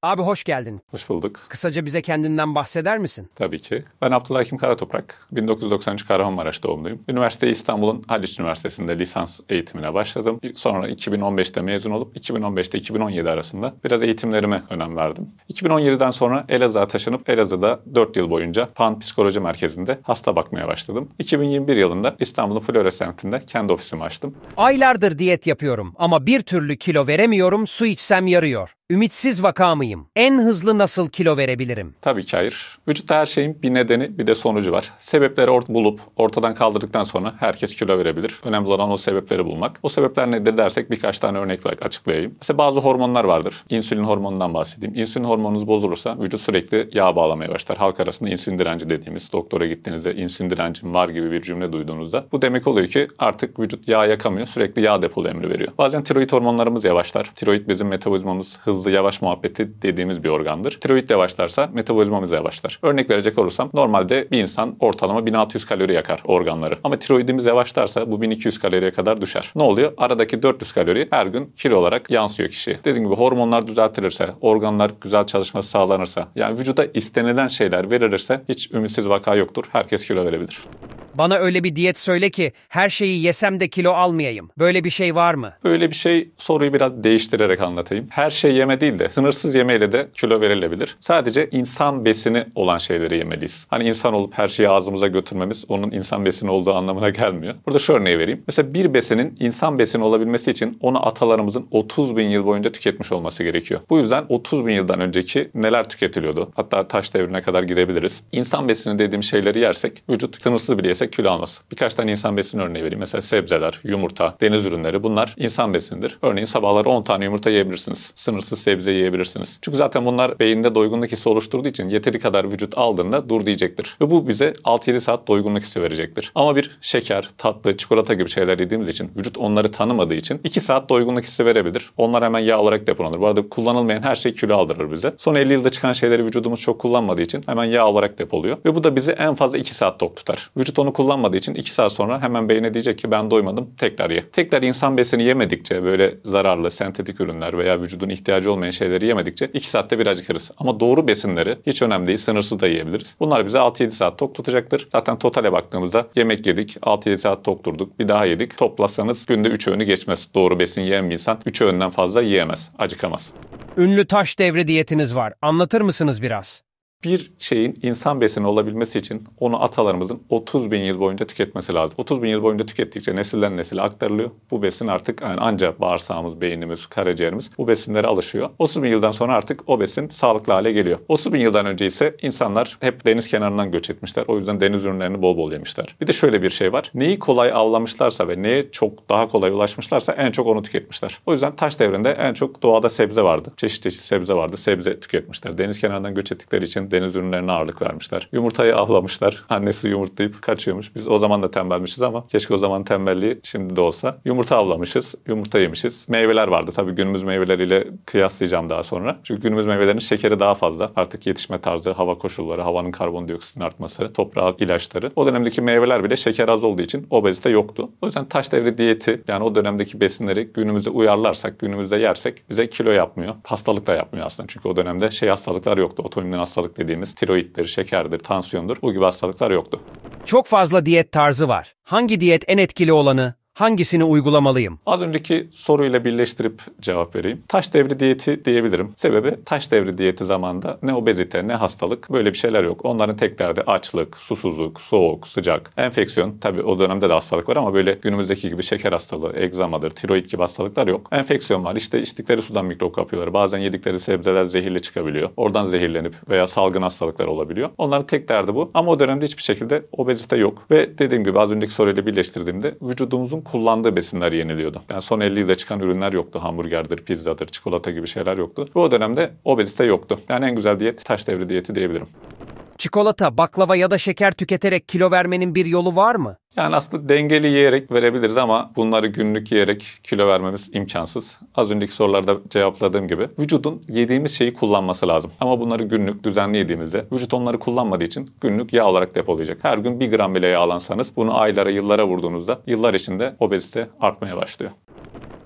Abi hoş geldin. Hoş bulduk. Kısaca bize kendinden bahseder misin? Tabii ki. Ben Abdülhakim Karatoprak. 1993 Kahramanmaraş doğumluyum. Üniversiteyi İstanbul'un Haliç Üniversitesi'nde lisans eğitimine başladım. Sonra 2015'te mezun olup 2015'te 2017 arasında biraz eğitimlerime önem verdim. 2017'den sonra Elazığ'a taşınıp Elazığ'da 4 yıl boyunca Pan Psikoloji Merkezi'nde hasta bakmaya başladım. 2021 yılında İstanbul'un Flores semtinde kendi ofisimi açtım. Aylardır diyet yapıyorum ama bir türlü kilo veremiyorum, su içsem yarıyor. Ümitsiz vaka mıyım? En hızlı nasıl kilo verebilirim? Tabii ki hayır. Vücutta her şeyin bir nedeni bir de sonucu var. Sebepleri bulup ortadan kaldırdıktan sonra herkes kilo verebilir. Önemli olan o sebepleri bulmak. O sebepler nedir dersek birkaç tane örnek olarak açıklayayım. Mesela bazı hormonlar vardır. İnsülin hormonundan bahsedeyim. İnsülin hormonunuz bozulursa vücut sürekli yağ bağlamaya başlar. Halk arasında insülin direnci dediğimiz, doktora gittiğinizde insülin direncim var gibi bir cümle duyduğunuzda bu demek oluyor ki artık vücut yağ yakamıyor. Sürekli yağ depolu emri veriyor. Bazen tiroid hormonlarımız yavaşlar. Tiroid bizim metabolizmamız hızlı yavaş muhabbeti dediğimiz bir organdır. Tiroid yavaşlarsa metabolizmamız yavaşlar. Örnek verecek olursam normalde bir insan ortalama 1600 kalori yakar organları. Ama tiroidimiz yavaşlarsa bu 1200 kaloriye kadar düşer. Ne oluyor? Aradaki 400 kalori her gün kilo olarak yansıyor kişiye. Dediğim gibi hormonlar düzeltilirse, organlar güzel çalışması sağlanırsa, yani vücuda istenilen şeyler verilirse hiç ümitsiz vaka yoktur. Herkes kilo verebilir. Bana öyle bir diyet söyle ki her şeyi yesem de kilo almayayım. Böyle bir şey var mı? Böyle bir şey, soruyu biraz değiştirerek anlatayım. Her şey yeme değil de sınırsız yemeyle de kilo verilebilir. Sadece insan besini olan şeyleri yemeliyiz. Hani insan olup her şeyi ağzımıza götürmemiz onun insan besini olduğu anlamına gelmiyor. Burada şu örneği vereyim. Mesela bir besinin insan besini olabilmesi için onu atalarımızın 30 bin yıl boyunca tüketmiş olması gerekiyor. Bu yüzden 30 bin yıldan önceki neler tüketiliyordu? Hatta taş devrine kadar gidebiliriz. İnsan besini dediğim şeyleri yersek vücut sınırsız bile yesek kilo almaz. Birkaç tane insan besini örneği vereyim. Mesela sebzeler, yumurta, deniz ürünleri, bunlar insan besinidir. Örneğin sabahları 10 tane yumurta yiyebilirsiniz. Sınırsız sebze yiyebilirsiniz. Çünkü zaten bunlar beyinde doygunluk hissi oluşturduğu için yeteri kadar vücut aldığında dur diyecektir. Ve bu bize 6-7 saat doygunluk hissi verecektir. Ama bir şeker, tatlı, çikolata gibi şeyler yediğimiz için, vücut onları tanımadığı için 2 saat doygunluk hissi verebilir. Onlar hemen yağ olarak depolanır. Bu arada kullanılmayan her şey kilo aldırır bize. Son 50 yılda çıkan şeyleri vücudumuz çok kullanmadığı için hemen yağ olarak depoluyor. Ve bu da bizi en fazla 2 saat tok tutar. Vücut onu kullanmadığı için 2 saat sonra hemen beyne diyecek ki ben doymadım, tekrar ye. Tekrar insan besini yemedikçe, böyle zararlı, sentetik ürünler veya vücudun ihtiyacı olmayan şeyleri yemedikçe 2 saatte bir acıkırız. Ama doğru besinleri hiç önemli değil, sınırsız da yiyebiliriz. Bunlar bize 6-7 saat tok tutacaktır. Zaten totale baktığımızda yemek yedik, 6-7 saat tok durduk, bir daha yedik. Toplasanız günde 3 öğünü geçmez. Doğru besin yiyen bir insan 3 öğünden fazla yiyemez, acıkamaz. Ünlü taş devri diyetiniz var. Anlatır mısınız biraz? Bir şeyin insan besini olabilmesi için onu atalarımızın 30 bin yıl boyunca tüketmesi lazım. 30 bin yıl boyunca tükettikçe nesilden nesile aktarılıyor. Bu besin artık ancak bağırsağımız, beynimiz, karaciğerimiz bu besinlere alışıyor. 30 bin yıldan sonra artık o besin sağlıklı hale geliyor. 30 bin yıldan önce ise insanlar hep deniz kenarından göç etmişler. O yüzden deniz ürünlerini bol bol yemişler. Bir de şöyle bir şey var. Neyi kolay avlamışlarsa ve neye çok daha kolay ulaşmışlarsa en çok onu tüketmişler. O yüzden taş devrinde en çok doğada sebze vardı. Çeşit çeşit sebze vardı. Sebze tüketmişler. Deniz kenarından göç ettikleri için deniz ürünlerine ağırlık vermişler. Yumurtayı avlamışlar. Annesi yumurtlayıp kaçıyormuş. Biz o zaman da tembelmişiz ama keşke o zaman tembelliği şimdi de olsa. Yumurta avlamışız. Yumurta yemişiz. Meyveler vardı. Tabii günümüz meyveleriyle kıyaslayacağım daha sonra. Çünkü günümüz meyvelerinin şekeri daha fazla. Artık yetişme tarzı, hava koşulları, havanın karbondioksitin artması, toprağa ilaçları. O dönemdeki meyveler bile şeker az olduğu için obezite yoktu. O yüzden taş devri diyeti, yani o dönemdeki besinleri günümüze uyarlarsak, günümüzde yersek bize kilo yapmıyor. Hastalık da yapmıyor aslında. Çünkü o dönemde hastalıklar yoktu. Otoimmün hastalık dediğimiz tiroiddir, şekerdir, tansiyondur. Bu gibi hastalıklar yoktu. Çok fazla diyet tarzı var. Hangi diyet en etkili olanı? Hangisini uygulamalıyım? Az önceki soruyla birleştirip cevap vereyim. Taş devri diyeti diyebilirim. Sebebi taş devri diyeti zamanında ne obezite ne hastalık, böyle bir şeyler yok. Onların tek derdi açlık, susuzluk, soğuk, sıcak, enfeksiyon. Tabii o dönemde de hastalık var ama böyle günümüzdeki gibi şeker hastalığı, egzamadır, tiroid gibi hastalıklar yok. Enfeksiyon var. İşte içtikleri sudan mikrop kapıyorlar. Bazen yedikleri sebzeler zehirli çıkabiliyor. Oradan zehirlenip veya salgın hastalıklar olabiliyor. Onların tek derdi bu. Ama o dönemde hiçbir şekilde obezite yok. Ve dediğim gibi az önceki soruyla birleştirdiğimde vücudumuzun kullandığı besinler yeniliyordu. Yani son 50 yılda çıkan ürünler yoktu. Hamburgerdir, pizzadır, çikolata gibi şeyler yoktu. Ve o dönemde obezite yoktu. Yani en güzel diyet taş devri diyeti diyebilirim. Çikolata, baklava ya da şeker tüketerek kilo vermenin bir yolu var mı? Yani aslında dengeli yiyerek verebiliriz ama bunları günlük yiyerek kilo vermemiz imkansız. Az önceki sorularda cevapladığım gibi vücudun yediğimiz şeyi kullanması lazım. Ama bunları günlük düzenli yediğimizde vücut onları kullanmadığı için günlük yağ olarak depolayacak. Her gün 1 gram bile yağ alsanız bunu aylara, yıllara vurduğunuzda yıllar içinde obezite artmaya başlıyor.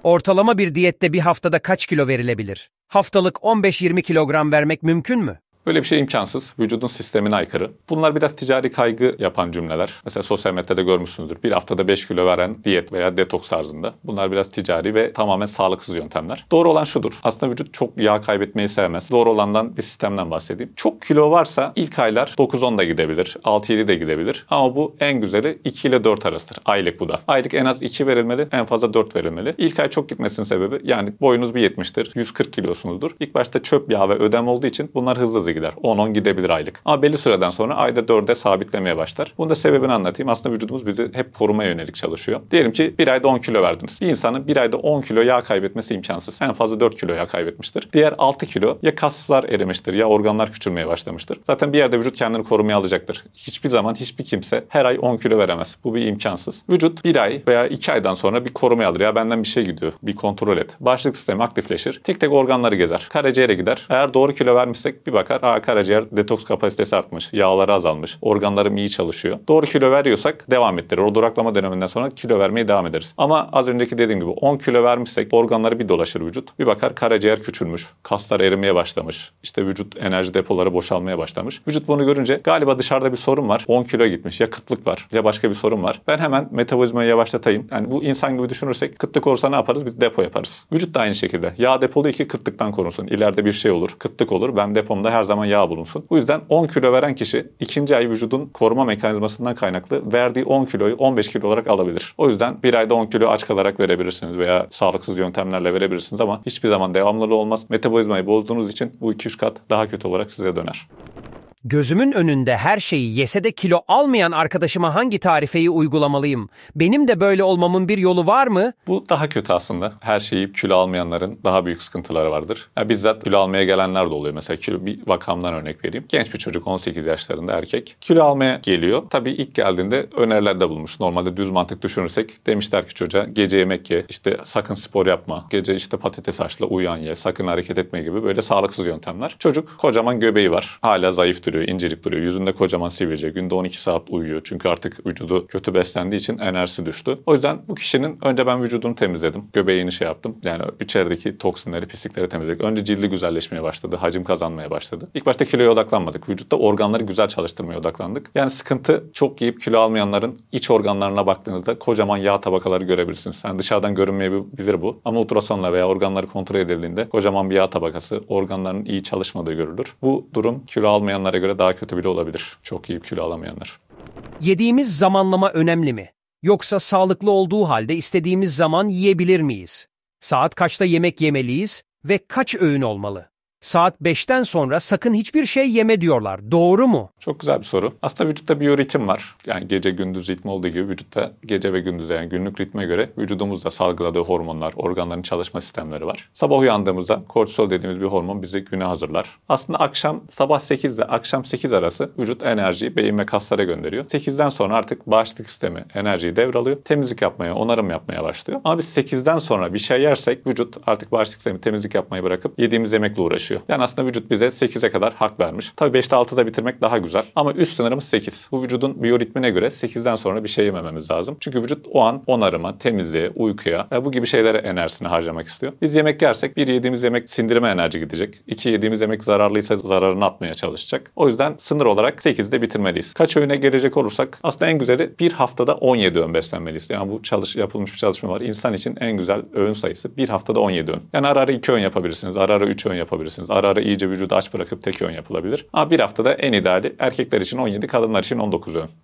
Ortalama bir diyette bir haftada kaç kilo verilebilir? Haftalık 15-20 kilogram vermek mümkün mü? Böyle bir şey imkansız. Vücudun sistemine aykırı. Bunlar biraz ticari kaygı yapan cümleler. Mesela sosyal medyada görmüşsünüzdür. Bir haftada 5 kilo veren diyet veya detoks tarzında. Bunlar biraz ticari ve tamamen sağlıksız yöntemler. Doğru olan şudur. Aslında vücut çok yağ kaybetmeyi sevmez. Doğru olandan bir sistemden bahsedeyim. Çok kilo varsa ilk aylar 9-10 da gidebilir. 6-7 de gidebilir. Ama bu en güzeli 2 ile 4 arasıdır. Aylık bu da. Aylık en az 2 verilmeli, en fazla 4 verilmeli. İlk ay çok gitmesinin sebebi yani boyunuz bir 70'tir. 140 kilosunuzdur. İlk başta çöp yağ ve ödem olduğu için bunlar hızlı gider. 10-10 gidebilir aylık. Ama belli süreden sonra ayda 4'e sabitlemeye başlar. Bunun da sebebini anlatayım. Aslında vücudumuz bizi hep korumaya yönelik çalışıyor. Diyelim ki bir ayda 10 kilo verdiniz. Bir insanın bir ayda 10 kilo yağ kaybetmesi imkansız. En fazla 4 kilo yağ kaybetmiştir. Diğer 6 kilo ya kaslar erimiştir ya organlar küçülmeye başlamıştır. Zaten bir yerde vücut kendini korumaya alacaktır. Hiçbir zaman hiçbir kimse her ay 10 kilo veremez. Bu bir imkansız. Vücut bir ay veya 2 aydan sonra bir korumaya alır. Ya benden bir şey gidiyor. Bir kontrol et. Bağışıklık sistemi aktifleşir. Tek tek organları gezer. Karaciğere gider. Eğer doğru kilo vermişsek bir bakar. Karaciğer detoks kapasitesi artmış. Yağları azalmış. Organlarım iyi çalışıyor. Doğru kilo veriyorsak devam ettirir. O duraklama döneminden sonra kilo vermeye devam ederiz. Ama az önceki dediğim gibi 10 kilo vermişsek organları bir dolaşır vücut. Bir bakar karaciğer küçülmüş. Kaslar erimeye başlamış. İşte vücut enerji depoları boşalmaya başlamış. Vücut bunu görünce galiba dışarıda bir sorun var. 10 kilo gitmiş. Ya kıtlık var ya başka bir sorun var. Ben hemen metabolizmayı yavaşlatayım. Yani bu insan gibi düşünürsek kıtlık olursa ne yaparız? Biz depo yaparız. Vücut da aynı şekilde. Yağ depoluyor ki kıtlıktan korunsun. İleride bir şey olur. Kıtlık olur. Ben depomda her zaman yağ bulunsun. Bu yüzden 10 kilo veren kişi ikinci ay vücudun koruma mekanizmasından kaynaklı verdiği 10 kiloyu 15 kilo olarak alabilir. O yüzden bir ayda 10 kilo aç kalarak verebilirsiniz veya sağlıksız yöntemlerle verebilirsiniz ama hiçbir zaman devamlılığı olmaz. Metabolizmayı bozduğunuz için bu 2-3 kat daha kötü olarak size döner. Gözümün önünde her şeyi yese de kilo almayan arkadaşıma hangi tarifeyi uygulamalıyım? Benim de böyle olmamın bir yolu var mı? Bu daha kötü aslında. Her şeyi yiyip kilo almayanların daha büyük sıkıntıları vardır. Bizzat kilo almaya gelenler de oluyor. Mesela bir vakamdan örnek vereyim. Genç bir çocuk 18 yaşlarında erkek. Kilo almaya geliyor. Tabii ilk geldiğinde önerilerde bulmuş. Normalde düz mantık düşünürsek demişler ki çocuğa gece yemek ye, işte sakın spor yapma, gece işte patates haşla uyan ye, sakın hareket etme gibi böyle sağlıksız yöntemler. Çocuk kocaman göbeği var. Hala zayıf duruyor, incecik duruyor. Yüzünde kocaman sivilce. Günde 12 saat uyuyor. Çünkü artık vücudu kötü beslendiği için enerjisi düştü. O yüzden bu kişinin önce ben vücudunu temizledim. Göbeğini yaptım. Yani içerideki toksinleri, pislikleri temizledik. Önce cildi güzelleşmeye başladı. Hacim kazanmaya başladı. İlk başta kiloya odaklanmadık. Vücutta organları güzel çalıştırmaya odaklandık. Yani sıkıntı çok yiyip kilo almayanların iç organlarına baktığınızda kocaman yağ tabakaları görebilirsiniz. Yani dışarıdan görünmeyebilir bu. Ama ultrasonla veya organları kontrol edildiğinde kocaman bir yağ tabakası, organların iyi çalışmadığı görülür. Bu durum kilo almayanlara göre daha kötü bile olabilir. Çok yiyip kilo alamayanlar. Yediğimiz zamanlama önemli mi? Yoksa sağlıklı olduğu halde istediğimiz zaman yiyebilir miyiz? Saat kaçta yemek yemeliyiz ve kaç öğün olmalı? Saat 5'ten sonra sakın hiçbir şey yeme diyorlar. Doğru mu? Çok güzel bir soru. Aslında vücutta biyoritim var. Yani gece gündüz ritmi olduğu gibi vücutta gece ve gündüz yani günlük ritme göre vücudumuzda salgıladığı hormonlar, organların çalışma sistemleri var. Sabah uyandığımızda kortisol dediğimiz bir hormon bizi güne hazırlar. Aslında sabah 8 ile akşam 8 arası vücut enerjiyi beyin ve kaslara gönderiyor. 8'den sonra artık bağışıklık sistemi enerjiyi devralıyor. Temizlik yapmaya, onarım yapmaya başlıyor. Ama biz 8'den sonra bir şey yersek vücut artık bağışıklık sistemi temizlik yapmayı bırakıp yediğimiz yemekle uğraşıyor. Yani aslında vücut bize 8'e kadar hak vermiş. Tabii 5'te 6'da bitirmek daha güzel. Ama üst sınırımız 8. Bu vücudun biyoritmine göre 8'den sonra bir şey yemememiz lazım. Çünkü vücut o an onarıma, temizliğe, uykuya ve bu gibi şeylere enerjisini harcamak istiyor. Biz yemek yersek bir yediğimiz yemek sindirime enerji gidecek. 2 yediğimiz yemek zararlıysa zararını atmaya çalışacak. O yüzden sınır olarak 8'de bitirmeliyiz. Kaç öğüne gelecek olursak aslında en güzeli bir haftada 17 öğün beslenmeliyiz. Yani bu yapılmış bir çalışma var. İnsan için en güzel öğün sayısı bir haftada 17 öğün. Yani ara ara 2 öğün yapabilirsiniz. Ara ara 3 öğün yapabilirsiniz. Ara ara iyice vücudu aç bırakıp tek öğün yapılabilir. Ama bir haftada en ideali erkekler için 17, kadınlar için 19 öğün.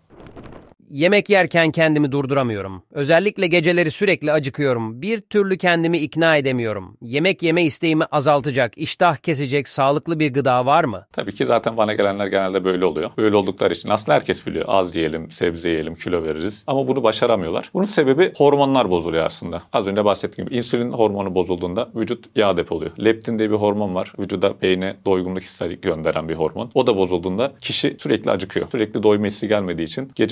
Yemek yerken kendimi durduramıyorum. Özellikle geceleri sürekli acıkıyorum. Bir türlü kendimi ikna edemiyorum. Yemek yeme isteğimi azaltacak, iştah kesecek sağlıklı bir gıda var mı? Tabii ki zaten bana gelenler genelde böyle oluyor. Böyle oldukları için aslında herkes biliyor. Az yiyelim, sebze yiyelim, kilo veririz. Ama bunu başaramıyorlar. Bunun sebebi hormonlar bozuluyor aslında. Az önce bahsettiğim gibi insülin hormonu bozulduğunda vücut yağ depoluyor. Leptin diye bir hormon var. Vücuda, beyne doygunluk hissi gönderen bir hormon. O da bozulduğunda kişi sürekli acıkıyor. Sürekli doyma hissi gelmediği için gece de acıkır,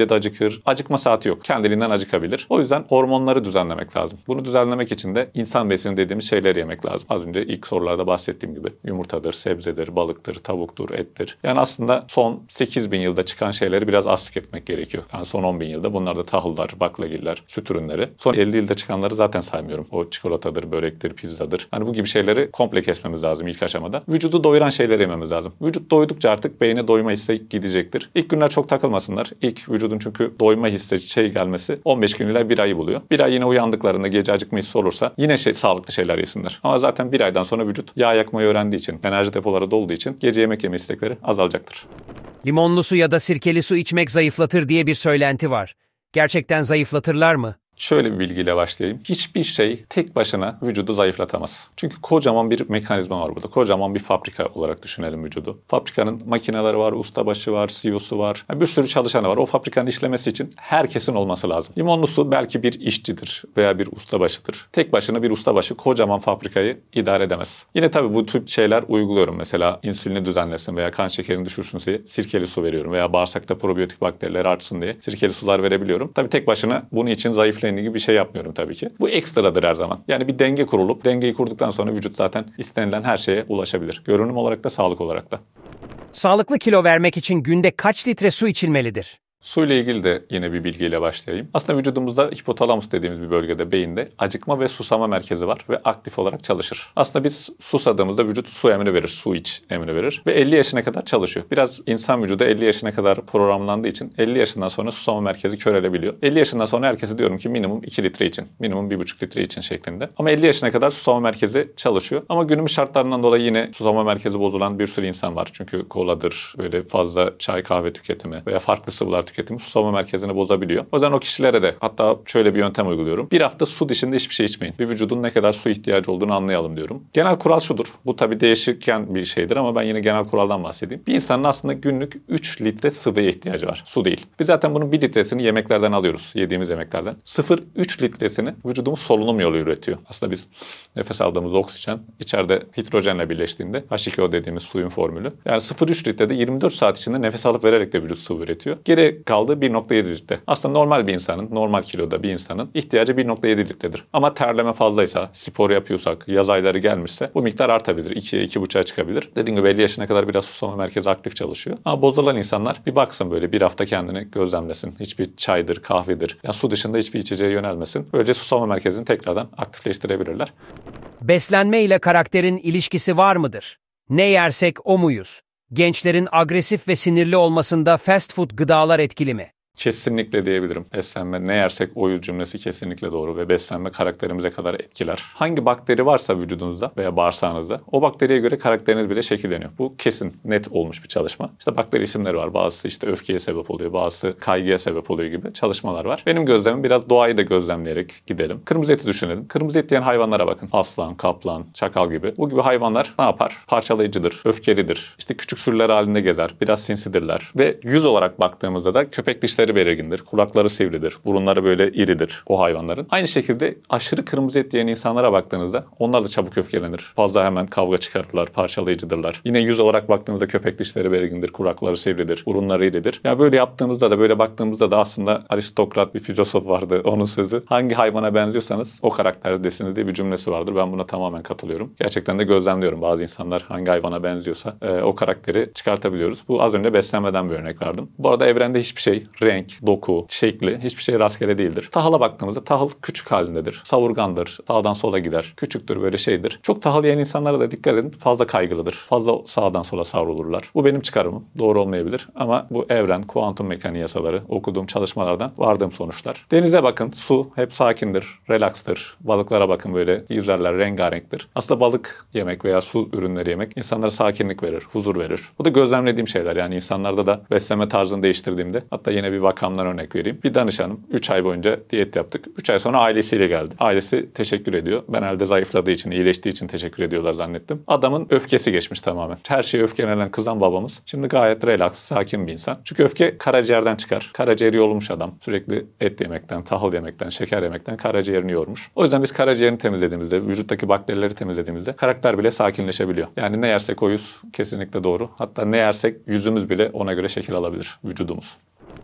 çalışır. Acıkma saati yok. Kendiliğinden acıkabilir. O yüzden hormonları düzenlemek lazım. Bunu düzenlemek için de insan besini dediğimiz şeyleri yemek lazım. Az önce ilk sorularda bahsettiğim gibi yumurtadır, sebzedir, balıktır, tavuktur, ettir. Yani aslında son 8.000 yılda çıkan şeyleri biraz az tüketmek gerekiyor. Yani son 10.000 yılda bunlar da tahıllar, baklagiller, süt ürünleri. Son 50 yılda çıkanları zaten saymıyorum. O çikolatadır, börektir, pizzadır. Hani bu gibi şeyleri komple kesmemiz lazım ilk aşamada. Vücudu doyuran şeyleri yememiz lazım. Vücut doydukça artık beyne doyma hissi gidecektir. İlk günler çok takılmasınlar. İlk vücudun çünkü doyma hissi gelmesi 15 gün ile 1 ayı buluyor. Bir ay yine uyandıklarında gece acıkma hissi olursa yine sağlıklı şeyler yesinler. Ama zaten bir aydan sonra vücut yağ yakmayı öğrendiği için, enerji depoları dolduğu için gece yemek yeme istekleri azalacaktır. Limonlu su ya da sirkeli su içmek zayıflatır diye bir söylenti var. Gerçekten zayıflatırlar mı? Şöyle bir bilgiyle başlayayım. Hiçbir şey tek başına vücudu zayıflatamaz. Çünkü kocaman bir mekanizma var burada. Kocaman bir fabrika olarak düşünelim vücudu. Fabrikanın makineleri var, ustabaşı var, CEO'su var. Yani bir sürü çalışanı var. O fabrikanın işlemesi için herkesin olması lazım. Limonlu su belki bir işçidir veya bir ustabaşıdır. Tek başına bir ustabaşı kocaman fabrikayı idare edemez. Yine tabii bu tür şeyler uyguluyorum. Mesela insülini düzenlesin veya kan şekerini düşürsün diye sirkeli su veriyorum. Veya bağırsakta probiyotik bakteriler artsın diye sirkeli sular verebiliyorum. Tabii tek başına bunun için zayıflayın gibi bir şey yapmıyorum tabii ki. Bu ekstradır her zaman. Yani bir denge kurulup dengeyi kurduktan sonra vücut zaten istenilen her şeye ulaşabilir. Görünüm olarak da sağlık olarak da. Sağlıklı kilo vermek için günde kaç litre su içilmelidir? Su ile ilgili de yine bir bilgiyle başlayayım. Aslında vücudumuzda hipotalamus dediğimiz bir bölgede beyinde acıkma ve susama merkezi var ve aktif olarak çalışır. Aslında biz susadığımızda vücut su emri verir, su iç emri verir ve 50 yaşına kadar çalışıyor. Biraz insan vücudu 50 yaşına kadar programlandığı için 50 yaşından sonra susama merkezi körelebiliyor. 50 yaşından sonra herkese diyorum ki minimum 2 litre için, minimum 1,5 litre için şeklinde. Ama 50 yaşına kadar susama merkezi çalışıyor. Ama günümüz şartlarından dolayı yine susama merkezi bozulan bir sürü insan var. Çünkü koladır, böyle fazla çay kahve tüketimi veya farklı sıvılar tüketimi susama merkezini bozabiliyor. O yüzden o kişilere de hatta şöyle bir yöntem uyguluyorum. Bir hafta su dışında hiçbir şey içmeyin. Bir vücudun ne kadar su ihtiyacı olduğunu anlayalım diyorum. Genel kural şudur. Bu tabii değişirken bir şeydir ama ben yine genel kuraldan bahsedeyim. Bir insanın aslında günlük 3 litre sıvıya ihtiyacı var. Su değil. Biz zaten bunun 1 litresini yemeklerden alıyoruz. Yediğimiz yemeklerden. 0,3 litresini vücudumuz solunum yolu üretiyor. Aslında biz nefes aldığımız oksijen içeride hidrojenle birleştiğinde H2O dediğimiz suyun formülü. Yani 0,3 litrede 24 saat içinde nefes alıp vererek de vücut sıvı üretiyor. Geri kaldığı 1,7 litre. Aslında normal bir insanın, normal kiloda bir insanın ihtiyacı 1,7 litredir. Ama terleme fazlaysa, spor yapıyorsak, yaz ayları gelmişse bu miktar artabilir. 2'ye 2,5'a çıkabilir. Dediğim gibi 50 yaşına kadar biraz susama merkezi aktif çalışıyor. Ama bozulan insanlar bir baksın böyle bir hafta kendini gözlemlesin. Hiçbir çaydır, kahvedir. Yani su dışında hiçbir içeceğe yönelmesin. Böylece susama merkezini tekrardan aktifleştirebilirler. Beslenme ile karakterin ilişkisi var mıdır? Ne yersek o muyuz? Gençlerin agresif ve sinirli olmasında fast food gıdalar etkili mi? Kesinlikle diyebilirim. Beslenme ne yersek oyuz cümlesi kesinlikle doğru ve beslenme karakterimize kadar etkiler. Hangi bakteri varsa vücudunuzda veya bağırsağınızda o bakteriye göre karakteriniz bile şekilleniyor. Bu kesin net olmuş bir çalışma. İşte bakteri isimleri var. Bazısı işte öfkeye sebep oluyor, bazısı kaygıya sebep oluyor gibi çalışmalar var. Benim gözlemim biraz doğayı da gözlemleyerek gidelim. Kırmızı eti düşünelim. Kırmızı et yiyen hayvanlara bakın. Aslan, kaplan, çakal gibi. Bu gibi hayvanlar ne yapar? Parçalayıcıdır, öfkelidir. İşte küçük sürüler halinde gezer. Biraz sinsidirler. Ve yüz olarak baktığımızda da köpek dişleri belirgindir. Kulakları sivridir. Burunları böyle iridir o hayvanların. Aynı şekilde aşırı kırmızı et yiyen insanlara baktığınızda onlar da çabuk öfkelenir. Fazla hemen kavga çıkarırlar. Parçalayıcıdırlar. Yine yüz olarak baktığınızda köpek dişleri belirgindir. Kulakları sivridir. Burunları iridir. Yani böyle yaptığımızda da böyle baktığımızda da aslında aristokrat bir filozof vardı. Onun sözü. Hangi hayvana benziyorsanız o karakterdesiniz diye bir cümlesi vardır. Ben buna tamamen katılıyorum. Gerçekten de gözlemliyorum. Bazı insanlar hangi hayvana benziyorsa o karakteri çıkartabiliyoruz. Bu az önce beslenmeden bir örnek verdim. Bu arada evrende hiçbir şey renk, doku, şekli hiçbir şey rastgele değildir. Tahıla baktığımızda tahıl küçük halindedir. Savurgandır. Sağdan sola gider. Küçüktür böyle şeydir. Çok tahıl yiyen insanlara da dikkat edin. Fazla kaygılıdır. Fazla sağdan sola savrulurlar. Bu benim çıkarımım. Doğru olmayabilir. Ama bu evren, kuantum mekaniği yasaları, okuduğum çalışmalardan vardığım sonuçlar. Denize bakın. Su hep sakindir. Relaxtır. Balıklara bakın böyle yüzerler. Rengarenktir. Aslında balık yemek veya su ürünleri yemek insanlara sakinlik verir. Huzur verir. Bu da gözlemlediğim şeyler. Yani insanlarda da beslenme tarzını değiştirdiğimde hatta yine bir vakamdan örnek vereyim. Bir danışanım 3 ay boyunca diyet yaptık. 3 ay sonra ailesiyle geldi. Ailesi teşekkür ediyor. Ben herhalde zayıfladığı için, iyileştiği için teşekkür ediyorlar zannettim. Adamın öfkesi geçmiş tamamen. Her şeye öfkelenen kızan babamız şimdi gayet relax, sakin bir insan. Çünkü öfke karaciğerden çıkar. Karaciğeri yorulmuş adam. Sürekli et yemekten, tahıl yemekten, şeker yemekten karaciğerini yormuş. O yüzden biz karaciğerini temizlediğimizde, vücuttaki bakterileri temizlediğimizde karakter bile sakinleşebiliyor. Yani ne yersek oyuz kesinlikle doğru. Hatta ne yersek yüzümüz bile ona göre şekil alabilir vücudumuz.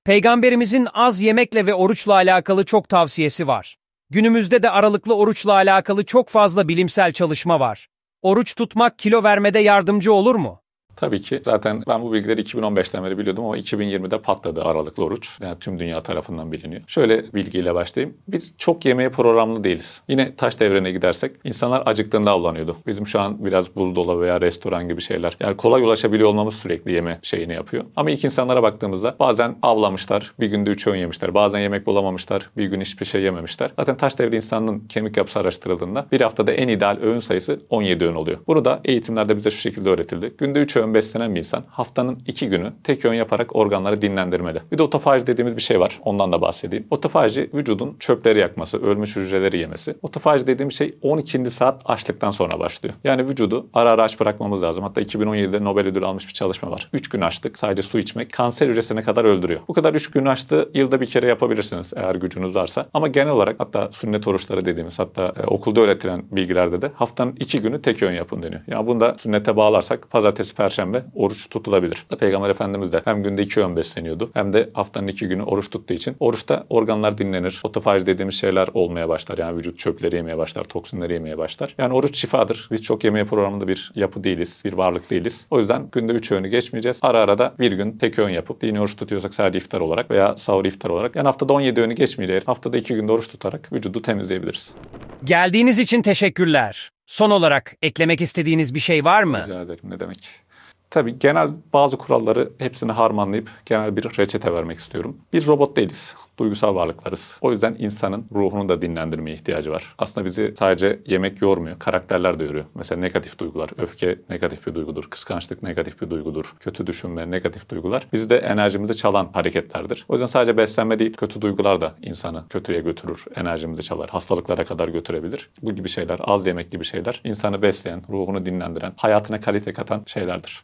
Peygamberimizin az yemekle ve oruçla alakalı çok tavsiyesi var. Günümüzde de aralıklı oruçla alakalı çok fazla bilimsel çalışma var. Oruç tutmak kilo vermede yardımcı olur mu? Tabii ki. Zaten ben bu bilgileri 2015'ten beri biliyordum ama 2020'de patladı aralıklı oruç. Yani tüm dünya tarafından biliniyor. Şöyle bilgiyle başlayayım. Biz çok yemeğe programlı değiliz. Yine taş devrine gidersek insanlar acıktığında avlanıyordu. Bizim şu an biraz buzdolabı veya restoran gibi şeyler. Yani kolay ulaşabiliyor olmamız sürekli yeme şeyini yapıyor. Ama ilk insanlara baktığımızda bazen avlamışlar. Bir günde 3 öğün yemişler. Bazen yemek bulamamışlar. Bir gün hiçbir şey yememişler. Zaten taş devri insanın kemik yapısı araştırıldığında bir haftada en ideal öğün sayısı 17 öğün oluyor. Bunu da eğitimlerde bize şu şekilde öğretildi. Günde 3 öğün beslenen bir insan haftanın 2 günü tek öğün yaparak organları dinlendirmeli. Bir de otofaji dediğimiz bir şey var. Ondan da bahsedeyim. Otofaji vücudun çöpleri yakması, ölmüş hücreleri yemesi. Otofaji dediğim şey 12. saat açlıktan sonra başlıyor. Yani vücudu ara ara aç bırakmamız lazım. Hatta 2017'de Nobel ödülü almış bir çalışma var. 3 gün açlık, sadece su içmek kanser hücresine kadar öldürüyor. Bu kadar 3 gün açlığı yılda bir kere yapabilirsiniz eğer gücünüz varsa. Ama genel olarak hatta sünnet oruçları dediğimiz hatta okulda öğretilen bilgilerde de haftanın 2 günü tek öğün yapın deniyor. Yani bunu da sünnete bağlarsak pazartesi, perşembe oruç tutulabilir. Peygamber Efendimiz de hem günde 2 öğün besleniyordu hem de haftanın 2 günü oruç tuttuğu için oruçta organlar dinlenir. Otofaji dediğimiz şeyler olmaya başlar. Yani vücut çöpleri yemeye başlar, toksinleri yemeye başlar. Yani oruç şifadır. Biz çok yemeğe programında bir yapı değiliz, bir varlık değiliz. O yüzden günde 3 öğünü geçmeyeceğiz. Ara ara da bir gün tek öğün yapıp dini oruç tutuyorsak sadece iftar olarak veya sahur iftar olarak. Yani haftada 17 öğünü geçmeyeceğiz. Haftada 2 günde oruç tutarak vücudu temizleyebiliriz. Geldiğiniz için teşekkürler. Son olarak eklemek istediğiniz bir şey var mı? Rica ederim. Ne demek? Tabii genel bazı kuralları hepsini harmanlayıp genel bir reçete vermek istiyorum. Biz robot değiliz. Duygusal varlıklarız. O yüzden insanın ruhunu da dinlendirmeye ihtiyacı var. Aslında bizi sadece yemek yormuyor, karakterler de yoruyor. Mesela negatif duygular, öfke negatif bir duygudur, kıskançlık negatif bir duygudur, kötü düşünme negatif duygular. Bizi de enerjimizi çalan hareketlerdir. O yüzden sadece beslenme değil, kötü duygular da insanı kötüye götürür, enerjimizi çalar, hastalıklara kadar götürebilir. Bu gibi şeyler, az yemek gibi şeyler insanı besleyen, ruhunu dinlendiren, hayatına kalite katan şeylerdir.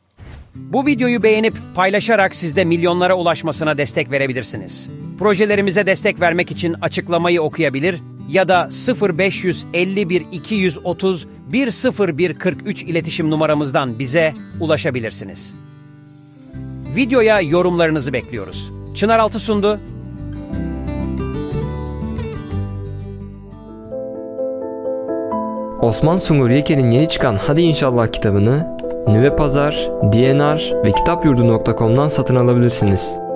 Bu videoyu beğenip paylaşarak siz de milyonlara ulaşmasına destek verebilirsiniz. Projelerimize destek vermek için açıklamayı okuyabilir ya da 0551 230 10143 iletişim numaramızdan bize ulaşabilirsiniz. Videoya yorumlarınızı bekliyoruz. Çınar Altı sundu. Osman Sungur Yeke'nin yeni çıkan Hadi İnşallah kitabını Nüve Pazar, DNR ve kitapyurdu.com'dan satın alabilirsiniz.